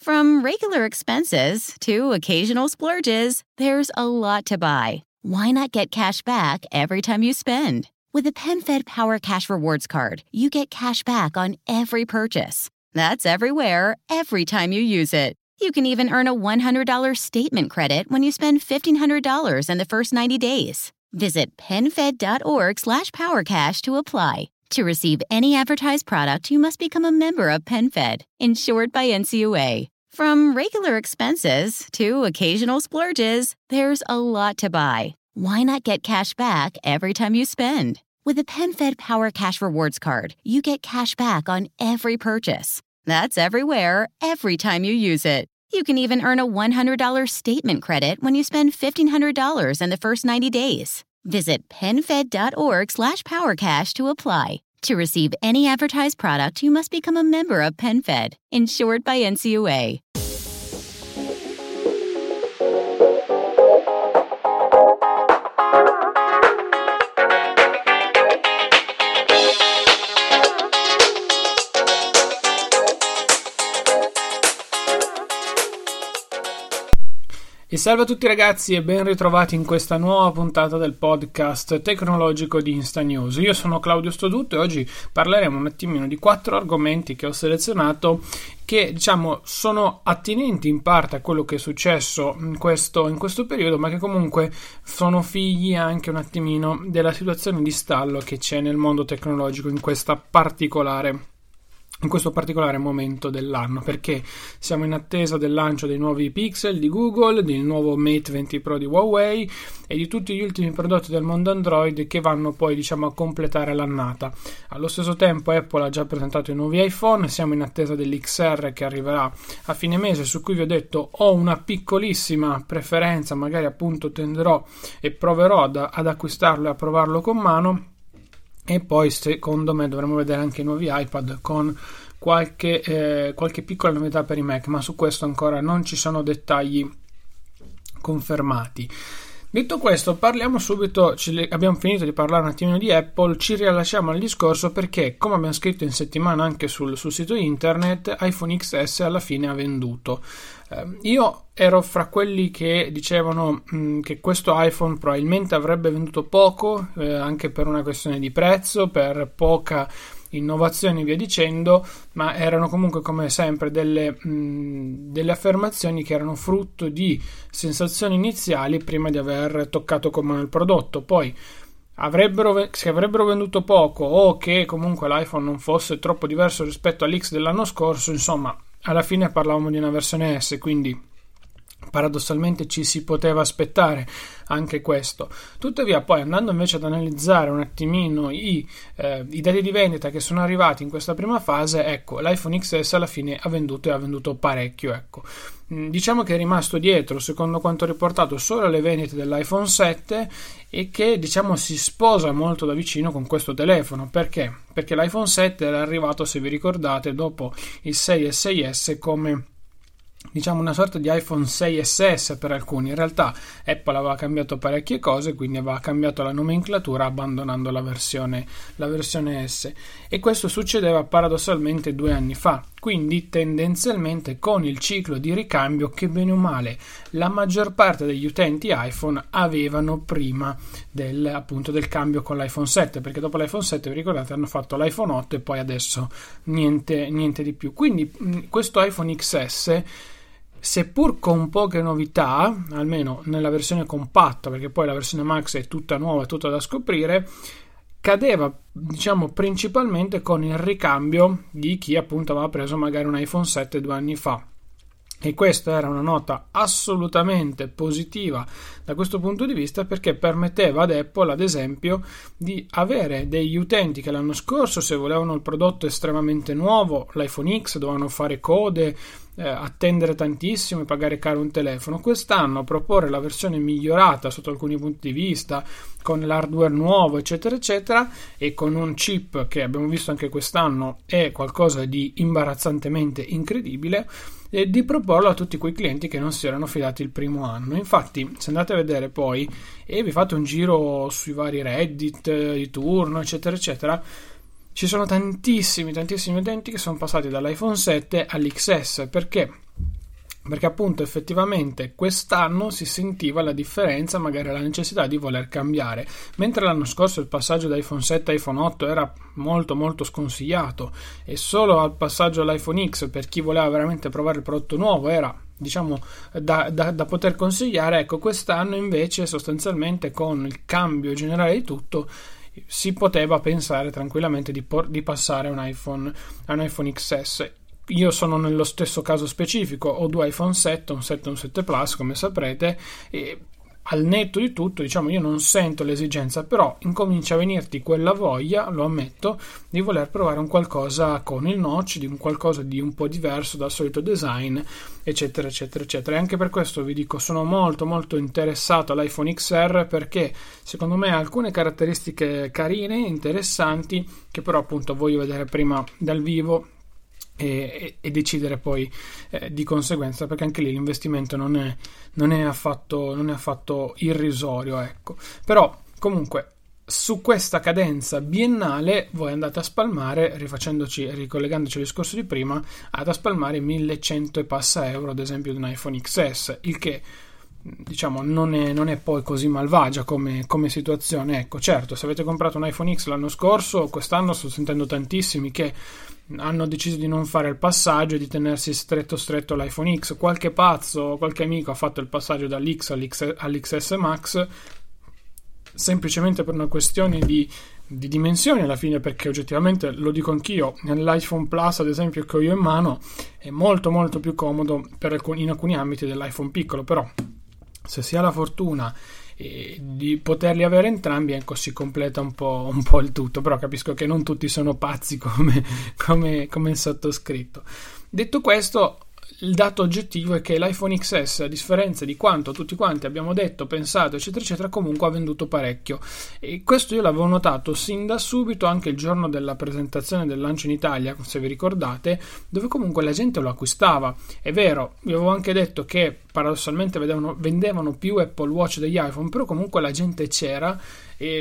From regular expenses to occasional splurges, there's a lot to buy. Why not get cash back every time you spend? With a PenFed Power Cash Rewards card, you get cash back on every purchase. That's everywhere, every time you use it. You can even earn a $100 statement credit when you spend $1,500 in the first 90 days. Visit PenFed.org/PowerCash to apply. To receive any advertised product, you must become a member of PenFed, insured by NCUA. From regular expenses to occasional splurges, there's a lot to buy. Why not get cash back every time you spend? With a PenFed Power Cash Rewards card, you get cash back on every purchase. That's everywhere, every time you use it. You can even earn a $100 statement credit when you spend $1,500 in the first 90 days. Visit PenFed.org/PowerCash to apply. To receive any advertised product, you must become a member of PenFed, insured by NCUA. E salve a tutti ragazzi e ben ritrovati in questa nuova puntata del podcast tecnologico di Instanews. Io sono Claudio Stodutto e oggi parleremo un attimino di 4 argomenti che ho selezionato che sono attinenti in parte a quello che è successo in questo periodo, ma che comunque sono figli anche un attimino della situazione di stallo che c'è nel mondo tecnologico in questo particolare momento dell'anno, perché siamo in attesa del lancio dei nuovi Pixel di Google, del nuovo Mate 20 Pro di Huawei e di tutti gli ultimi prodotti del mondo Android che vanno poi a completare l'annata. Allo stesso tempo Apple ha già presentato i nuovi iPhone, siamo in attesa dell'XR che arriverà a fine mese, su cui vi ho detto ho una piccolissima preferenza, magari appunto tenderò e proverò ad acquistarlo e a provarlo con mano. E poi secondo me dovremo vedere anche i nuovi iPad con qualche piccola novità per i Mac, ma su questo ancora non ci sono dettagli confermati. Detto questo, parliamo subito, abbiamo finito di parlare un attimino di Apple, ci rilasciamo al discorso perché, come abbiamo scritto in settimana anche sul sito internet, iPhone XS alla fine ha venduto. Io ero fra quelli che dicevano che questo iPhone probabilmente avrebbe venduto poco, anche per una questione di prezzo, per poca innovazioni e via dicendo, ma erano comunque come sempre delle affermazioni che erano frutto di sensazioni iniziali prima di aver toccato con mano il prodotto. Poi se avrebbero venduto poco o che comunque l'iPhone non fosse troppo diverso rispetto all'X dell'anno scorso, insomma alla fine parlavamo di una versione S, quindi paradossalmente ci si poteva aspettare anche questo. Tuttavia poi, andando invece ad analizzare un attimino i dati di vendita che sono arrivati in questa prima fase, ecco, l'iPhone XS alla fine ha venduto parecchio, ecco. Diciamo che è rimasto dietro, secondo quanto riportato, solo alle vendite dell'iPhone 7 e che si sposa molto da vicino con questo telefono. Perché? Perché l'iPhone 7 era arrivato, se vi ricordate, dopo il 6 e 6S come una sorta di iPhone 6SS per alcuni. In realtà Apple aveva cambiato parecchie cose, quindi aveva cambiato la nomenclatura abbandonando la versione S, e questo succedeva paradossalmente 2 anni fa, quindi tendenzialmente con il ciclo di ricambio che bene o male la maggior parte degli utenti iPhone avevano prima del cambio con l'iPhone 7, perché dopo l'iPhone 7, vi ricordate, hanno fatto l'iPhone 8 e poi adesso niente di più. Quindi questo iPhone XS, seppur con poche novità, almeno nella versione compatta, perché poi la versione Max è tutta nuova, è tutta da scoprire, cadeva principalmente con il ricambio di chi appunto aveva preso magari un iPhone 7 2 anni fa. E questa era una nota assolutamente positiva da questo punto di vista, perché permetteva ad Apple, ad esempio, di avere degli utenti che l'anno scorso, se volevano il prodotto estremamente nuovo, l'iPhone X, dovevano fare code, attendere tantissimo e pagare caro un telefono. Quest'anno proporre la versione migliorata sotto alcuni punti di vista, con l'hardware nuovo eccetera eccetera, e con un chip che abbiamo visto anche quest'anno è qualcosa di imbarazzantemente incredibile, e di proporlo a tutti quei clienti che non si erano fidati il primo anno. Infatti, se andate a vedere poi e vi fate un giro sui vari Reddit di turno eccetera eccetera, ci sono tantissimi utenti che sono passati dall'iPhone 7 all'XS, perché perché appunto effettivamente quest'anno si sentiva la differenza, magari la necessità di voler cambiare, mentre l'anno scorso il passaggio da iPhone 7 a iPhone 8 era molto molto sconsigliato e solo al passaggio all'iPhone X per chi voleva veramente provare il prodotto nuovo era, diciamo, da poter consigliare. Ecco, quest'anno invece sostanzialmente con il cambio generale di tutto si poteva pensare tranquillamente di passare a un iPhone XS. Io sono nello stesso caso specifico, ho due iPhone 7, un 7 e un 7 Plus, come saprete, e al netto di tutto, diciamo, io non sento l'esigenza, però incomincia a venirti quella voglia, lo ammetto, di voler provare un qualcosa con il notch, di un qualcosa di un po' diverso dal solito design, eccetera, eccetera, eccetera. E anche per questo vi dico, sono molto molto interessato all'iPhone XR, perché secondo me ha alcune caratteristiche carine, interessanti, che però appunto voglio vedere prima dal vivo e decidere poi di conseguenza, perché anche lì l'investimento non è affatto irrisorio, ecco. Però comunque su questa cadenza biennale voi andate a spalmare, ricollegandoci al discorso di prima, ad a spalmare 1100 e passa euro ad esempio di un iPhone XS, il che diciamo non è poi così malvagia come situazione. Ecco, certo, se avete comprato un iPhone X l'anno scorso, quest'anno sto sentendo tantissimi che hanno deciso di non fare il passaggio e di tenersi stretto l'iPhone X. Qualche pazzo, qualche amico ha fatto il passaggio dall'X all'XS Max semplicemente per una questione di dimensioni alla fine, perché oggettivamente, lo dico anch'io, nell'iPhone Plus ad esempio che ho io in mano è molto molto più comodo in alcuni ambiti dell'iPhone piccolo. Però se si ha la fortuna di poterli avere entrambi, ecco, si completa un po' il tutto. Però capisco che non tutti sono pazzi come il sottoscritto. Detto questo, il dato oggettivo è che l'iPhone XS, a differenza di quanto tutti quanti abbiamo detto, pensato, eccetera eccetera, comunque ha venduto parecchio, e questo io l'avevo notato sin da subito, anche il giorno della presentazione del lancio in Italia, se vi ricordate, dove comunque la gente lo acquistava. È vero, vi avevo anche detto che paradossalmente vendevano più Apple Watch degli iPhone, però comunque la gente c'era e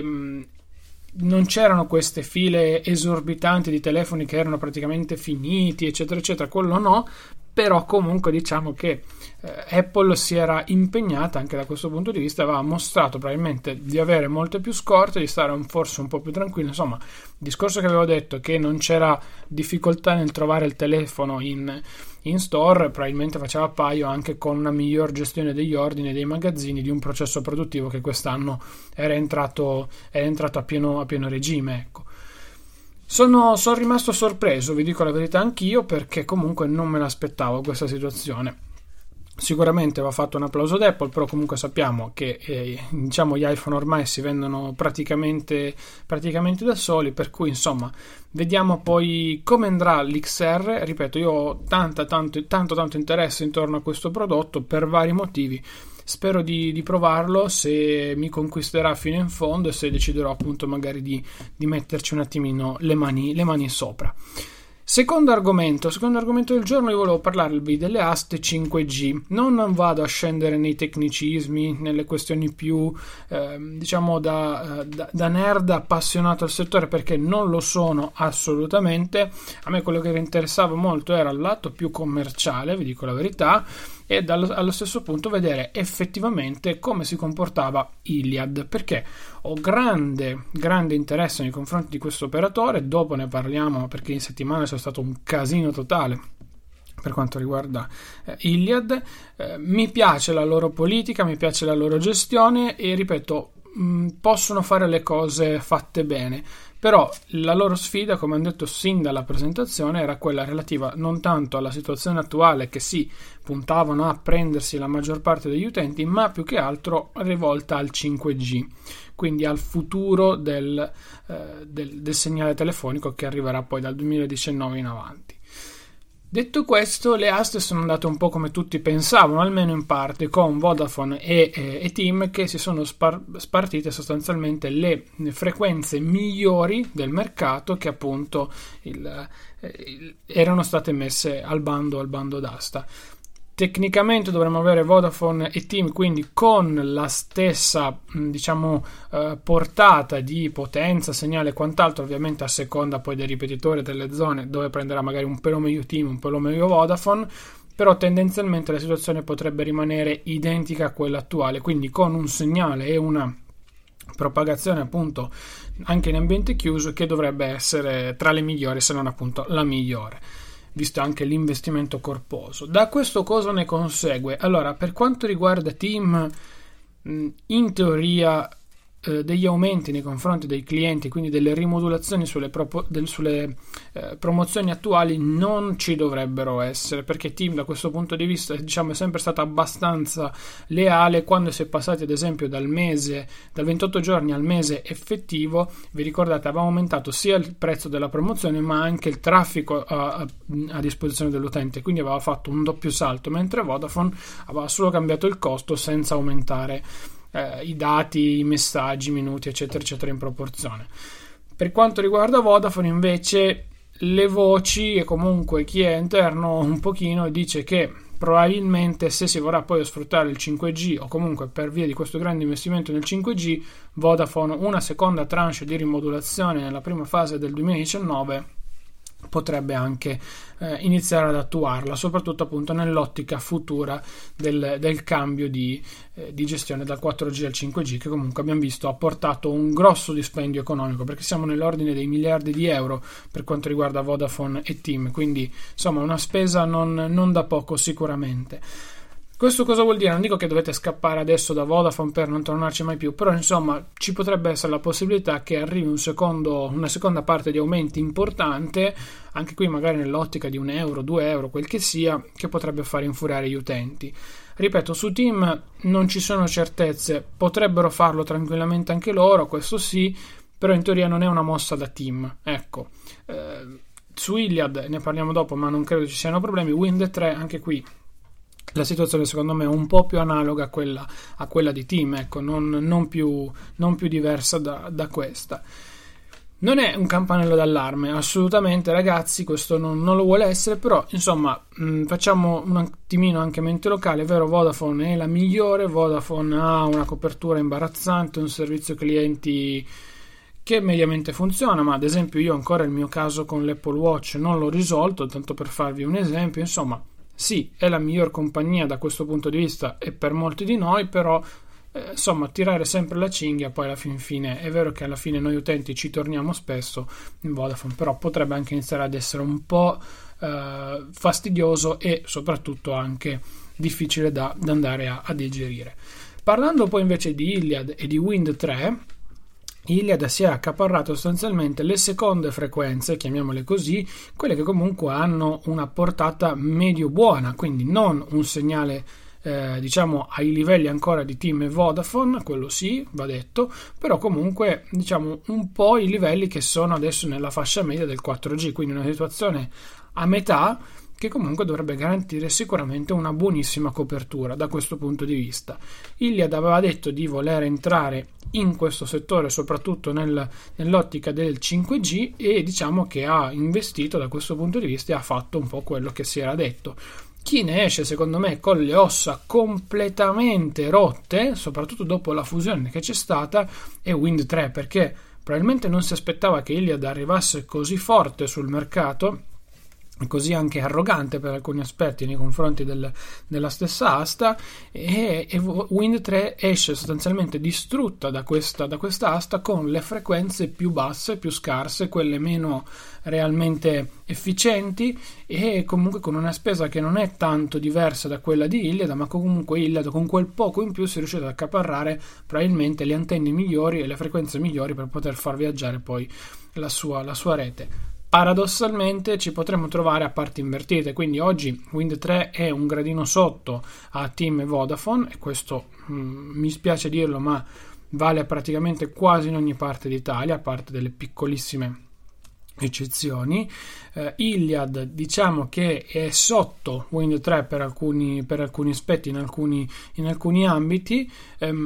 non c'erano queste file esorbitanti di telefoni che erano praticamente finiti, eccetera eccetera, quello no. Però comunque diciamo che Apple si era impegnata anche da questo punto di vista, aveva mostrato probabilmente di avere molte più scorte, di stare forse un po' più tranquillo. Insomma, il discorso che avevo detto, che non c'era difficoltà nel trovare il telefono in store, probabilmente faceva paio anche con una miglior gestione degli ordini e dei magazzini, di un processo produttivo che quest'anno era entrato a pieno regime, ecco. Sono rimasto sorpreso, vi dico la verità anch'io, perché comunque non me l'aspettavo questa situazione. Sicuramente va fatto un applauso ad Apple, però comunque sappiamo che diciamo gli iPhone ormai si vendono praticamente da soli, per cui insomma vediamo poi come andrà l'XR. Ripeto, io ho tanto interesse intorno a questo prodotto per vari motivi. Spero di provarlo, se mi conquisterà fino in fondo e se deciderò appunto magari di metterci un attimino le mani sopra. Secondo argomento del giorno, io volevo parlarvi delle aste 5G. Non vado a scendere nei tecnicismi, nelle questioni più diciamo da nerd appassionato al settore, perché non lo sono assolutamente. A me quello che mi interessava molto era il lato più commerciale, vi dico la verità, e allo stesso punto vedere effettivamente come si comportava Iliad, perché ho grande interesse nei confronti di questo operatore. Dopo ne parliamo, perché in settimana c'è stato un casino totale per quanto riguarda Iliad. Mi piace la loro politica, mi piace la loro gestione e ripeto, possono fare le cose fatte bene. Però la loro sfida, come hanno detto sin dalla presentazione, era quella relativa non tanto alla situazione attuale, che sì, puntavano a prendersi la maggior parte degli utenti, ma più che altro rivolta al 5G, quindi al futuro del segnale telefonico che arriverà poi dal 2019 in avanti. Detto questo, le aste sono andate un po' come tutti pensavano, almeno in parte, con Vodafone e TIM che si sono spartite sostanzialmente le frequenze migliori del mercato, che appunto erano state messe al bando d'asta. Tecnicamente dovremmo avere Vodafone e TIM quindi con la stessa portata di potenza, segnale e quant'altro, ovviamente a seconda poi dei ripetitori delle zone dove prenderà magari un pelo meglio TIM, un pelo meglio Vodafone. però tendenzialmente la situazione potrebbe rimanere identica a quella attuale, quindi con un segnale e una propagazione appunto anche in ambiente chiuso che dovrebbe essere tra le migliori, se non appunto la migliore, visto anche l'investimento corposo. Da questo cosa ne consegue? Allora, per quanto riguarda Team, in teoria degli aumenti nei confronti dei clienti, quindi delle rimodulazioni sulle promozioni attuali non ci dovrebbero essere, perché Team da questo punto di vista, diciamo, è sempre stata abbastanza leale. Quando si è passati ad esempio dal 28 giorni al mese effettivo, vi ricordate, aveva aumentato sia il prezzo della promozione ma anche il traffico a disposizione dell'utente, quindi aveva fatto un doppio salto, mentre Vodafone aveva solo cambiato il costo senza aumentare i dati, i messaggi, i minuti, eccetera eccetera, in proporzione. Per quanto riguarda Vodafone invece, le voci e comunque chi è interno un pochino dice che probabilmente, se si vorrà poi sfruttare il 5G o comunque per via di questo grande investimento nel 5G, Vodafone una seconda tranche di rimodulazione nella prima fase del 2019 potrebbe anche iniziare ad attuarla, soprattutto appunto nell'ottica futura del cambio di gestione dal 4G al 5G, che comunque abbiamo visto ha portato un grosso dispendio economico, perché siamo nell'ordine dei miliardi di euro per quanto riguarda Vodafone e Team, quindi insomma una spesa non da poco sicuramente. Questo cosa vuol dire? Non dico che dovete scappare adesso da Vodafone per non tornarci mai più, però insomma ci potrebbe essere la possibilità che arrivi una seconda parte di aumenti importante, anche qui magari nell'ottica di €1, €2, quel che sia, che potrebbe far infuriare gli utenti. Ripeto, su Team non ci sono certezze, potrebbero farlo tranquillamente anche loro, questo sì, però in teoria non è una mossa da Team, ecco. Su Iliad ne parliamo dopo, ma non credo ci siano problemi. Wind Tre, anche qui la situazione secondo me è un po' più analoga a quella di Team, ecco, non più diversa da questa. Non è un campanello d'allarme, assolutamente ragazzi, questo non lo vuole essere, però insomma facciamo un attimino anche mente locale, è vero, Vodafone è la migliore, Vodafone ha una copertura imbarazzante, un servizio clienti che mediamente funziona, ma ad esempio io ancora il mio caso con l'Apple Watch non l'ho risolto, tanto per farvi un esempio, insomma. Sì, è la miglior compagnia da questo punto di vista e per molti di noi, però insomma tirare sempre la cinghia poi alla fine è vero che alla fine noi utenti ci torniamo spesso in Vodafone, però potrebbe anche iniziare ad essere un po' fastidioso e soprattutto anche difficile da andare a digerire. Parlando poi invece di Iliad e di Wind Tre, Iliad si è accaparrato sostanzialmente le seconde frequenze, chiamiamole così, quelle che comunque hanno una portata medio buona, quindi non un segnale diciamo ai livelli ancora di Team e Vodafone, quello sì, va detto, però comunque diciamo un po' i livelli che sono adesso nella fascia media del 4G, quindi una situazione a metà che comunque dovrebbe garantire sicuramente una buonissima copertura da questo punto di vista. Iliad aveva detto di voler entrare in questo settore soprattutto nell'ottica del 5G e diciamo che ha investito da questo punto di vista e ha fatto un po' quello che si era detto. Chi ne esce secondo me con le ossa completamente rotte, soprattutto dopo la fusione che c'è stata, è Wind Tre, perché probabilmente non si aspettava che Iliad arrivasse così forte sul mercato, così anche arrogante per alcuni aspetti nei confronti della stessa asta, e Wind Tre esce sostanzialmente distrutta da questa asta con le frequenze più basse, più scarse, quelle meno realmente efficienti e comunque con una spesa che non è tanto diversa da quella di Iliad, ma comunque Iliad con quel poco in più si è riuscito ad accaparrare probabilmente le antenne migliori e le frequenze migliori per poter far viaggiare poi la sua rete. Paradossalmente ci potremmo trovare a parti invertite, quindi oggi Wind Tre è un gradino sotto a Team e Vodafone, e questo mi spiace dirlo, ma vale praticamente quasi in ogni parte d'Italia, a parte delle piccolissime eccezioni. Iliad diciamo che è sotto Wind Tre per alcuni aspetti, in alcuni ambiti.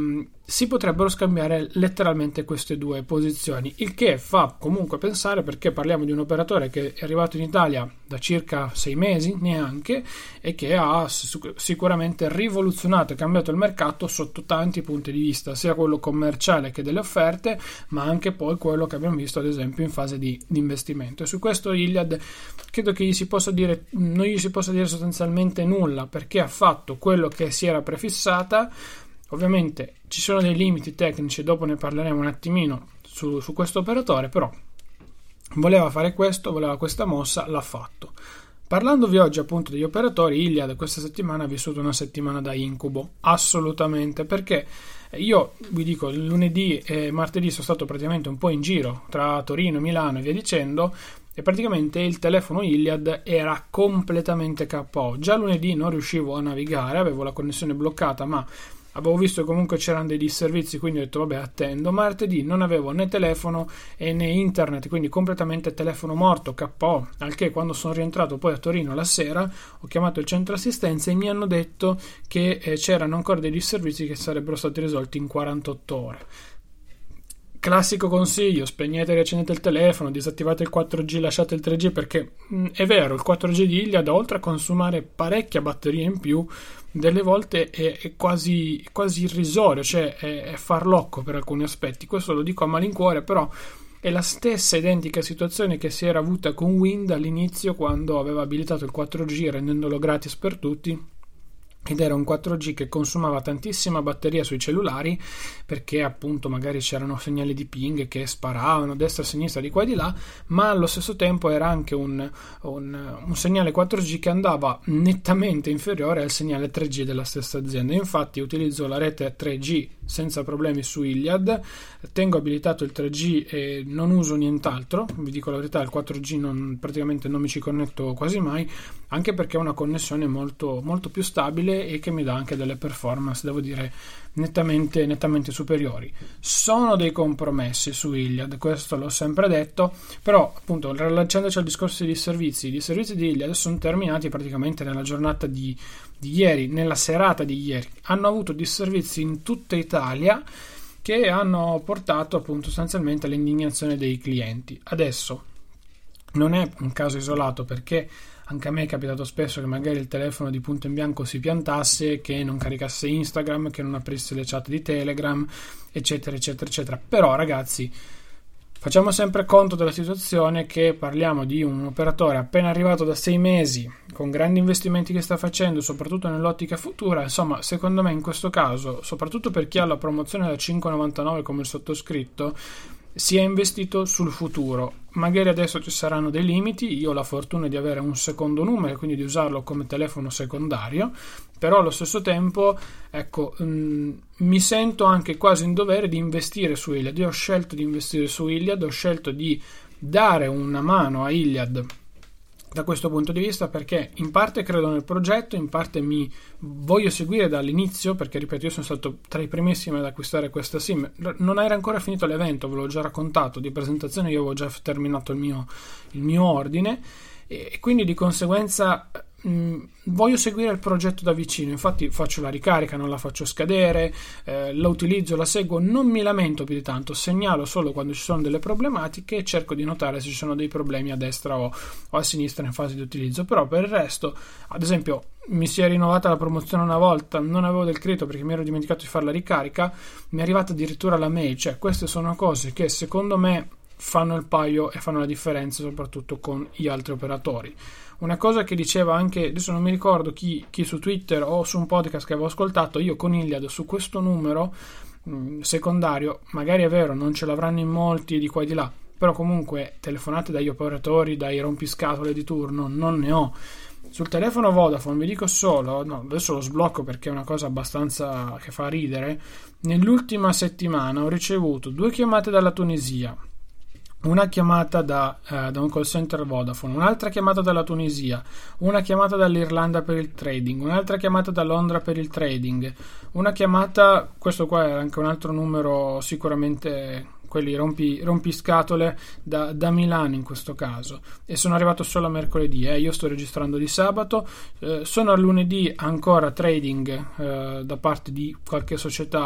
si potrebbero scambiare letteralmente queste due posizioni, il che fa comunque pensare, perché parliamo di un operatore che è arrivato in Italia da circa 6 mesi neanche, e che ha sicuramente rivoluzionato e cambiato il mercato sotto tanti punti di vista, sia quello commerciale che delle offerte, ma anche poi quello che abbiamo visto ad esempio in fase di investimento. E su questo Iliad credo che non gli si possa dire sostanzialmente nulla, perché ha fatto quello che si era prefissata. Ovviamente ci sono dei limiti tecnici, dopo ne parleremo un attimino su questo operatore, però voleva fare questo, voleva questa mossa, l'ha fatto. Parlandovi oggi appunto degli operatori, Iliad questa settimana ha vissuto una settimana da incubo, assolutamente, perché io vi dico, lunedì e martedì sono stato praticamente un po' in giro tra Torino, Milano e via dicendo, e praticamente il telefono Iliad era completamente KO. Già lunedì non riuscivo a navigare, avevo la connessione bloccata, ma avevo visto che comunque c'erano dei disservizi, quindi ho detto vabbè, attendo. Martedì non avevo né telefono né internet, quindi completamente telefono morto, KO, al che quando sono rientrato poi a Torino la sera ho chiamato il centro assistenza e mi hanno detto che c'erano ancora dei disservizi che sarebbero stati risolti in 48 ore. Classico consiglio: spegnete e riaccendete il telefono, disattivate il 4G, lasciate il 3G, perché è vero, il 4G di Iliad, oltre a consumare parecchia batteria in più, delle volte è quasi irrisorio, cioè è farlocco per alcuni aspetti. Questo lo dico a malincuore, però è la stessa identica situazione che si era avuta con Wind all'inizio, quando aveva abilitato il 4G rendendolo gratis per tutti, ed era un 4G che consumava tantissima batteria sui cellulari, perché appunto magari c'erano segnali di ping che sparavano destra e sinistra, di qua e di là, ma allo stesso tempo era anche un segnale 4G che andava nettamente inferiore al segnale 3G della stessa azienda. Infatti utilizzo la rete 3G senza problemi su Iliad, tengo abilitato il 3G e non uso nient'altro, vi dico la verità, il 4G praticamente non mi ci connetto quasi mai, anche perché è una connessione molto, molto più stabile e che mi dà anche delle performance, devo dire, nettamente superiori. Sono dei compromessi su Iliad, questo l'ho sempre detto, però appunto riallacciandoci al discorso dei servizi, i servizi di Iliad sono terminati praticamente nella giornata di ieri, nella serata di ieri. Hanno avuto disservizi in tutta Italia che hanno portato appunto sostanzialmente all'indignazione dei clienti. Adesso non è un caso isolato, perché anche a me è capitato spesso che magari il telefono di punto in bianco si piantasse, che non caricasse Instagram, che non aprisse le chat di Telegram, eccetera eccetera eccetera. Però ragazzi, facciamo sempre conto della situazione, che parliamo di un operatore appena arrivato da 6 mesi, con grandi investimenti che sta facendo, soprattutto nell'ottica futura. Insomma, secondo me in questo caso, soprattutto per chi ha la promozione da 5,99 come il sottoscritto, si è investito sul futuro. Magari adesso ci saranno dei limiti, io ho la fortuna di avere un secondo numero, quindi di usarlo come telefono secondario, però allo stesso tempo ecco, mi sento anche quasi in dovere di investire su Iliad. Io ho scelto di investire su Iliad, ho scelto di dare una mano a Iliad da questo punto di vista, perché in parte credo nel progetto, in parte mi voglio seguire dall'inizio, perché ripeto, io sono stato tra i primissimi ad acquistare questa SIM. Non era ancora finito l'evento, ve l'ho già raccontato, di presentazione io avevo già terminato il mio ordine, e quindi di conseguenza voglio seguire il progetto da vicino. Infatti faccio la ricarica, non la faccio scadere, la utilizzo, la seguo, non mi lamento più di tanto, segnalo solo quando ci sono delle problematiche e cerco di notare se ci sono dei problemi a destra o a sinistra in fase di utilizzo. Però per il resto, ad esempio, mi si è rinnovata la promozione una volta, non avevo del credito perché mi ero dimenticato di fare la ricarica, mi è arrivata addirittura la mail. Cioè, queste sono cose che secondo me fanno il paio e fanno la differenza, soprattutto con gli altri operatori. Una cosa che diceva anche, adesso non mi ricordo chi su Twitter o su un podcast che avevo ascoltato, io con Iliad su questo numero secondario, magari è vero, non ce l'avranno in molti di qua e di là, però comunque telefonate dagli operatori, dai rompiscatole di turno, non ne ho. Sul telefono Vodafone vi dico solo, no, adesso lo sblocco perché è una cosa abbastanza che fa ridere, nell'ultima settimana ho ricevuto 2 chiamate dalla Tunisia, una chiamata da un call center Vodafone, un'altra chiamata dalla Tunisia, una chiamata dall'Irlanda per il trading, un'altra chiamata da Londra per il trading, una chiamata, questo qua è anche un altro numero, sicuramente quelli rompiscatole da Milano in questo caso, e sono arrivato solo a mercoledì, io sto registrando di sabato, sono a lunedì ancora trading da parte di qualche società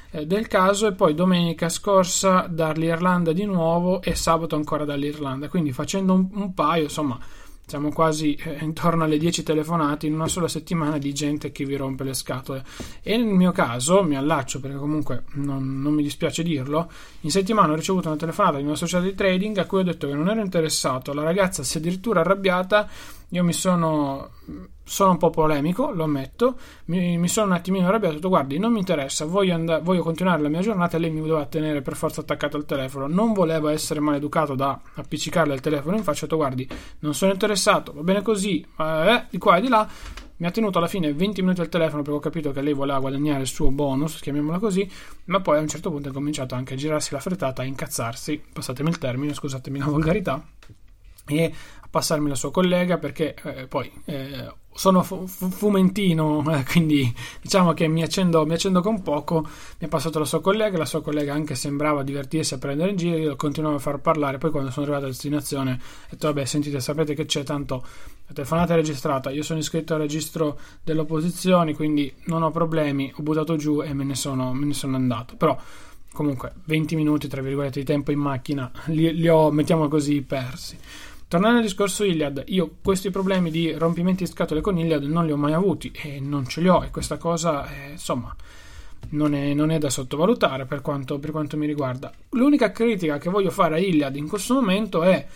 del caso, e poi domenica scorsa dall'Irlanda di nuovo e sabato ancora dall'Irlanda, quindi facendo un paio, insomma siamo quasi intorno alle 10 telefonate in una sola settimana di gente che vi rompe le scatole. E nel mio caso, mi allaccio perché comunque non mi dispiace dirlo, in settimana ho ricevuto una telefonata di una società di trading a cui ho detto che non ero interessato, la ragazza si è addirittura arrabbiata, io sono un po' polemico, lo ammetto, mi sono un attimino arrabbiato, ho detto guardi, non mi interessa, voglio continuare la mia giornata, e lei mi doveva tenere per forza attaccato al telefono, non voleva essere maleducato da appiccicarle il telefono in faccia, ho detto guardi, non sono interessato, va bene così, di qua e di là. Mi ha tenuto alla fine 20 minuti al telefono perché ho capito che lei voleva guadagnare il suo bonus, chiamiamola così, ma poi a un certo punto ha cominciato anche a girarsi la frittata, a incazzarsi, passatemi il termine, scusatemi la volgarità, e a passarmi la sua collega perché poi sono fumentino, quindi diciamo che mi accendo con poco. Mi ha passato la sua collega anche sembrava divertirsi a prendere in giro, io continuavo a far parlare, poi quando sono arrivato a destinazione ho detto vabbè, sentite, sapete che c'è, tanto la telefonata è registrata, io sono iscritto al registro delle opposizioni, quindi non ho problemi, ho buttato giù e me ne sono andato. Però comunque 20 minuti tra virgolette di tempo in macchina li ho, mettiamo così, persi. Tornando al discorso Iliad, io questi problemi di rompimenti di scatole con Iliad non li ho mai avuti e non ce li ho, e questa cosa insomma non è da sottovalutare per quanto mi riguarda. L'unica critica che voglio fare a Iliad in questo momento è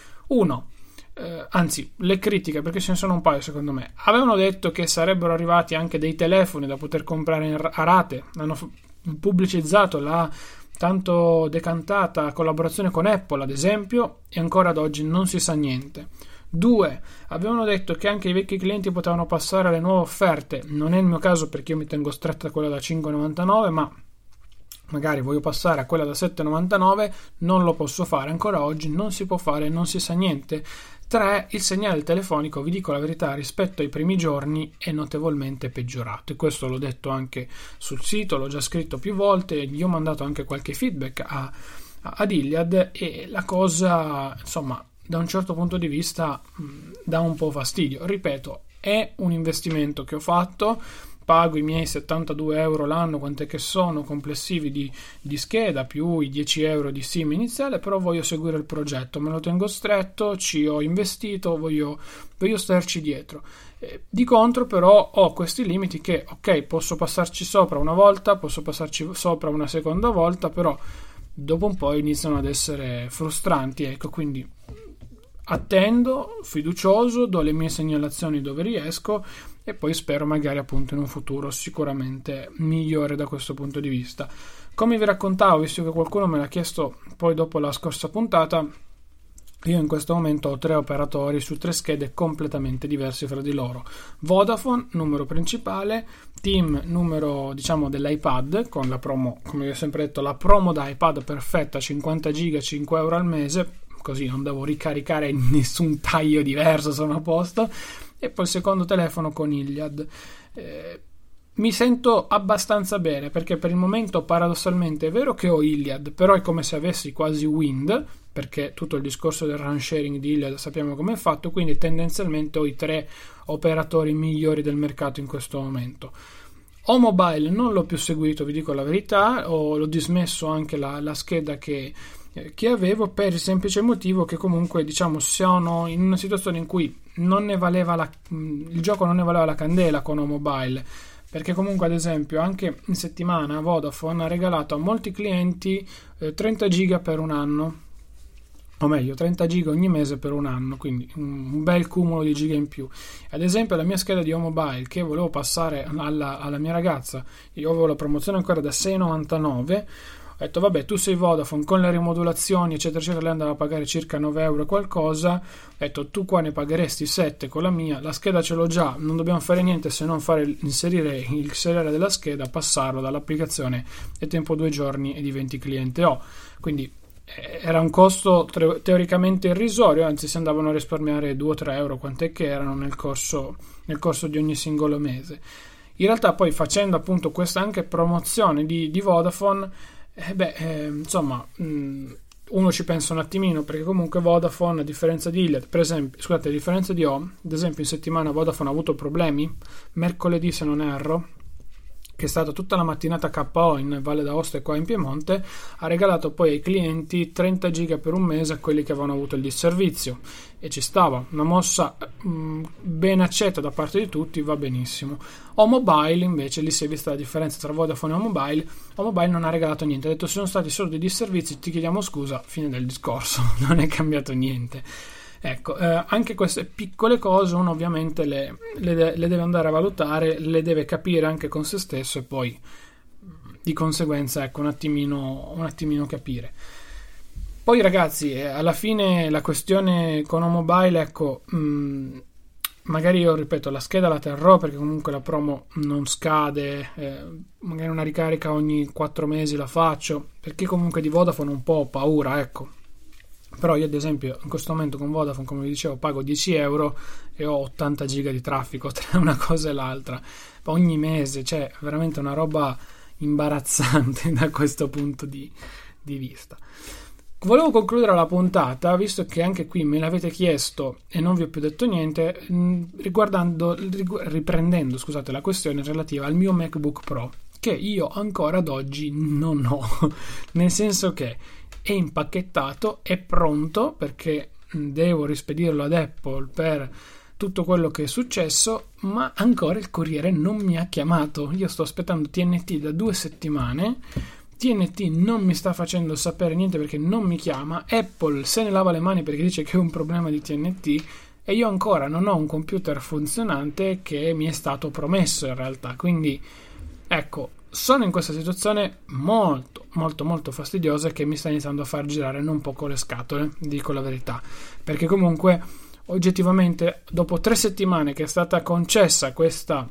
anzi le critiche, perché ce ne sono un paio secondo me. Avevano detto che sarebbero arrivati anche dei telefoni da poter comprare a rate, hanno pubblicizzato la tanto decantata collaborazione con Apple ad esempio, e ancora ad oggi non si sa niente. 2. Avevano detto che anche i vecchi clienti potevano passare alle nuove offerte, non è il mio caso perché io mi tengo stretta a quella da 5,99, ma magari voglio passare a quella da 7,99, non lo posso fare, ancora oggi non si può fare, non si sa niente. 3. Il segnale telefonico, vi dico la verità, rispetto ai primi giorni è notevolmente peggiorato, e questo l'ho detto anche sul sito, l'ho già scritto più volte, gli ho mandato anche qualche feedback ad Iliad, e la cosa insomma da un certo punto di vista dà un po' fastidio. Ripeto, è un investimento che ho fatto, pago i miei 72 euro l'anno, quant'è che sono complessivi di scheda, più i 10 euro di SIM iniziale, però voglio seguire il progetto, me lo tengo stretto, ci ho investito, voglio starci dietro. Di contro però ho questi limiti che, ok, posso passarci sopra una volta, posso passarci sopra una seconda volta, però dopo un po' iniziano ad essere frustranti, ecco, quindi attendo, fiducioso, do le mie segnalazioni dove riesco e poi spero magari appunto in un futuro sicuramente migliore da questo punto di vista. Come vi raccontavo, visto che qualcuno me l'ha chiesto poi dopo la scorsa puntata, io in questo momento ho 3 operatori su 3 schede completamente diversi fra di loro. Vodafone, numero principale, TIM, numero diciamo dell'iPad, con la promo, come vi ho sempre detto, la promo da iPad perfetta, 50 giga, 5 euro al mese, così non devo ricaricare nessun taglio diverso, sono a posto. E poi il secondo telefono con Iliad. Mi sento abbastanza bene perché per il momento paradossalmente è vero che ho Iliad, però è come se avessi quasi Wind, perché tutto il discorso del run sharing di Iliad sappiamo come è fatto, quindi tendenzialmente ho i 3 operatori migliori del mercato in questo momento. O-Mobile non l'ho più seguito, vi dico la verità, l'ho dismesso anche la scheda che avevo, per il semplice motivo che comunque diciamo sono in una situazione in cui non ne valeva il gioco non ne valeva la candela con O-Mobile, perché comunque ad esempio anche in settimana Vodafone ha regalato a molti clienti 30 giga per un anno, o meglio 30 giga ogni mese per un anno, quindi un bel cumulo di giga in più. Ad esempio la mia scheda di O-Mobile che volevo passare alla mia ragazza, io avevo la promozione ancora da 6,99, ho detto vabbè, tu sei Vodafone, con le rimodulazioni eccetera eccetera, lei andava a pagare circa 9 euro e qualcosa, ho detto tu qua ne pagheresti 7 con la mia, la scheda ce l'ho già, non dobbiamo fare niente se non inserire il seriale della scheda, passarlo dall'applicazione e tempo 2 giorni e diventi cliente O. Quindi era un costo teoricamente irrisorio, anzi si andavano a risparmiare 2 o 3 euro, quant'è che erano nel corso di ogni singolo mese. In realtà poi facendo appunto questa anche promozione di Vodafone, insomma uno ci pensa un attimino, perché comunque Vodafone, a differenza di Iliad, per esempio, scusate, a differenza di O, ad esempio in settimana Vodafone ha avuto problemi, mercoledì se non erro, che è stato tutta la mattinata KO in Valle d'Aosta e qua in Piemonte, ha regalato poi ai clienti 30 giga per un mese a quelli che avevano avuto il disservizio, e ci stava, una mossa ben accetta da parte di tutti, va benissimo. O-Mobile invece, lì si è vista la differenza tra Vodafone e O-Mobile. O-Mobile non ha regalato niente, ha detto sono stati solo dei disservizi, ti chiediamo scusa, fine del discorso, non è cambiato niente. Ecco, anche queste piccole cose uno ovviamente le deve andare a valutare, le deve capire anche con se stesso e poi di conseguenza ecco un attimino capire. Poi ragazzi, alla fine la questione con O-Mobile, ecco, magari io ripeto, la scheda la terrò perché comunque la promo non scade, magari una ricarica ogni 4 mesi la faccio, perché comunque di Vodafone un po' ho paura, ecco. Però io ad esempio in questo momento con Vodafone, come vi dicevo, pago 10 euro e ho 80 giga di traffico tra una cosa e l'altra ogni mese, cioè veramente una roba imbarazzante da questo punto di vista. Volevo concludere la puntata, visto che anche qui me l'avete chiesto e non vi ho più detto niente, riprendendo la questione relativa al mio MacBook Pro, che io ancora ad oggi non ho, nel senso che è impacchettato, è pronto perché devo rispedirlo ad Apple per tutto quello che è successo, ma ancora il corriere non mi ha chiamato. Io sto aspettando TNT da 2 settimane, TNT non mi sta facendo sapere niente perché non mi chiama, Apple se ne lava le mani perché dice che è un problema di TNT e io ancora non ho un computer funzionante che mi è stato promesso in realtà, quindi ecco, sono in questa situazione molto fastidiosa che mi sta iniziando a far girare non poco le scatole, dico la verità, perché comunque oggettivamente dopo 3 settimane che è stata concessa questa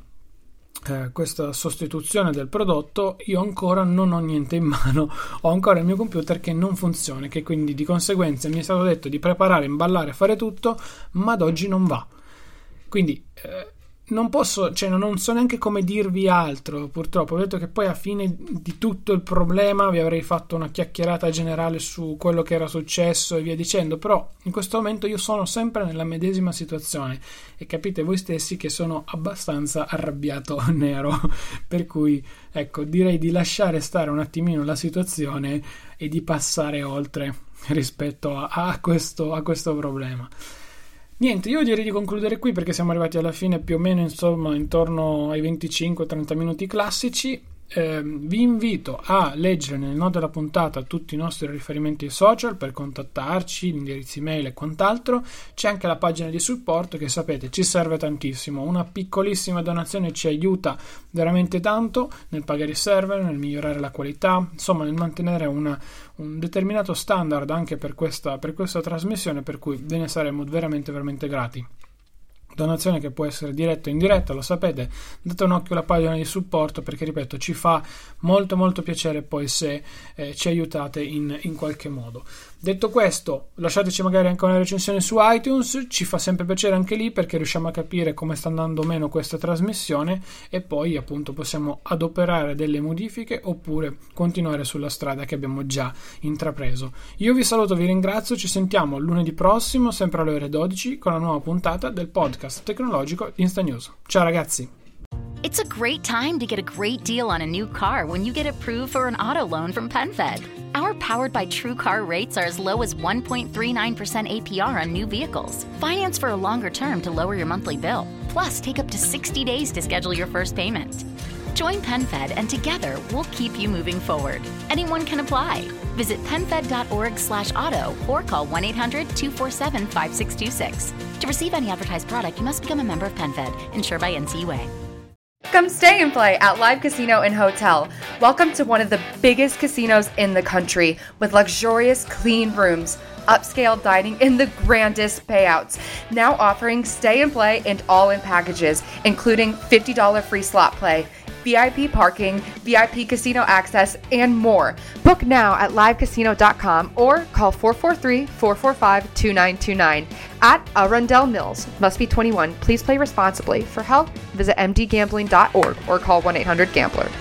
sostituzione del prodotto, io ancora non ho niente in mano, ho ancora il mio computer che non funziona, che quindi di conseguenza mi è stato detto di preparare, imballare, fare tutto, ma ad oggi non va, quindi non posso, cioè non so neanche come dirvi altro, purtroppo. Ho detto che poi a fine di tutto il problema vi avrei fatto una chiacchierata generale su quello che era successo e via dicendo, però in questo momento io sono sempre nella medesima situazione e capite voi stessi che sono abbastanza arrabbiato nero, per cui ecco, direi di lasciare stare un attimino la situazione e di passare oltre rispetto a questo problema. Niente, io direi di concludere qui perché siamo arrivati alla fine più o meno, insomma, intorno ai 25-30 minuti classici. Vi invito a leggere nelle note della puntata tutti i nostri riferimenti social per contattarci, l'indirizzo email e quant'altro. C'è anche la pagina di supporto che sapete ci serve tantissimo, una piccolissima donazione ci aiuta veramente tanto nel pagare i server, nel migliorare la qualità, insomma nel mantenere un determinato standard anche per questa trasmissione, per cui ve ne saremo veramente grati. Donazione che può essere diretta o indiretta, lo sapete, date un occhio alla pagina di supporto perché ripeto ci fa molto piacere poi se ci aiutate in qualche modo. Detto questo, lasciateci magari anche una recensione su iTunes, ci fa sempre piacere anche lì perché riusciamo a capire come sta andando o meno questa trasmissione e poi appunto possiamo adoperare delle modifiche oppure continuare sulla strada che abbiamo già intrapreso. Io vi saluto, vi ringrazio, ci sentiamo lunedì prossimo sempre alle ore 12 con la nuova puntata del podcast tecnologico Insta News. Ciao ragazzi! It's a great time to get a great deal on a new car when you get approved for an auto loan from PenFed. Our Powered by True Car rates are as low as 1.39% APR on new vehicles. Finance for a longer term to lower your monthly bill. Plus, take up to 60 days to schedule your first payment. Join PenFed and together we'll keep you moving forward. Anyone can apply. Visit PenFed.org/auto or call 1-800-247-5626. To receive any advertised product, you must become a member of PenFed, insured by NCUA. Come stay and play at Live Casino and Hotel. Welcome to one of the biggest casinos in the country with luxurious, clean rooms, upscale dining, and the grandest payouts. Now offering stay and play and all-in packages, including $50 free slot play, VIP parking, VIP casino access, and more. Book now at livecasino.com or call 443-445-2929 at Arundel Mills. Must be 21. Please play responsibly. For help, visit mdgambling.org or call 1-800-GAMBLER.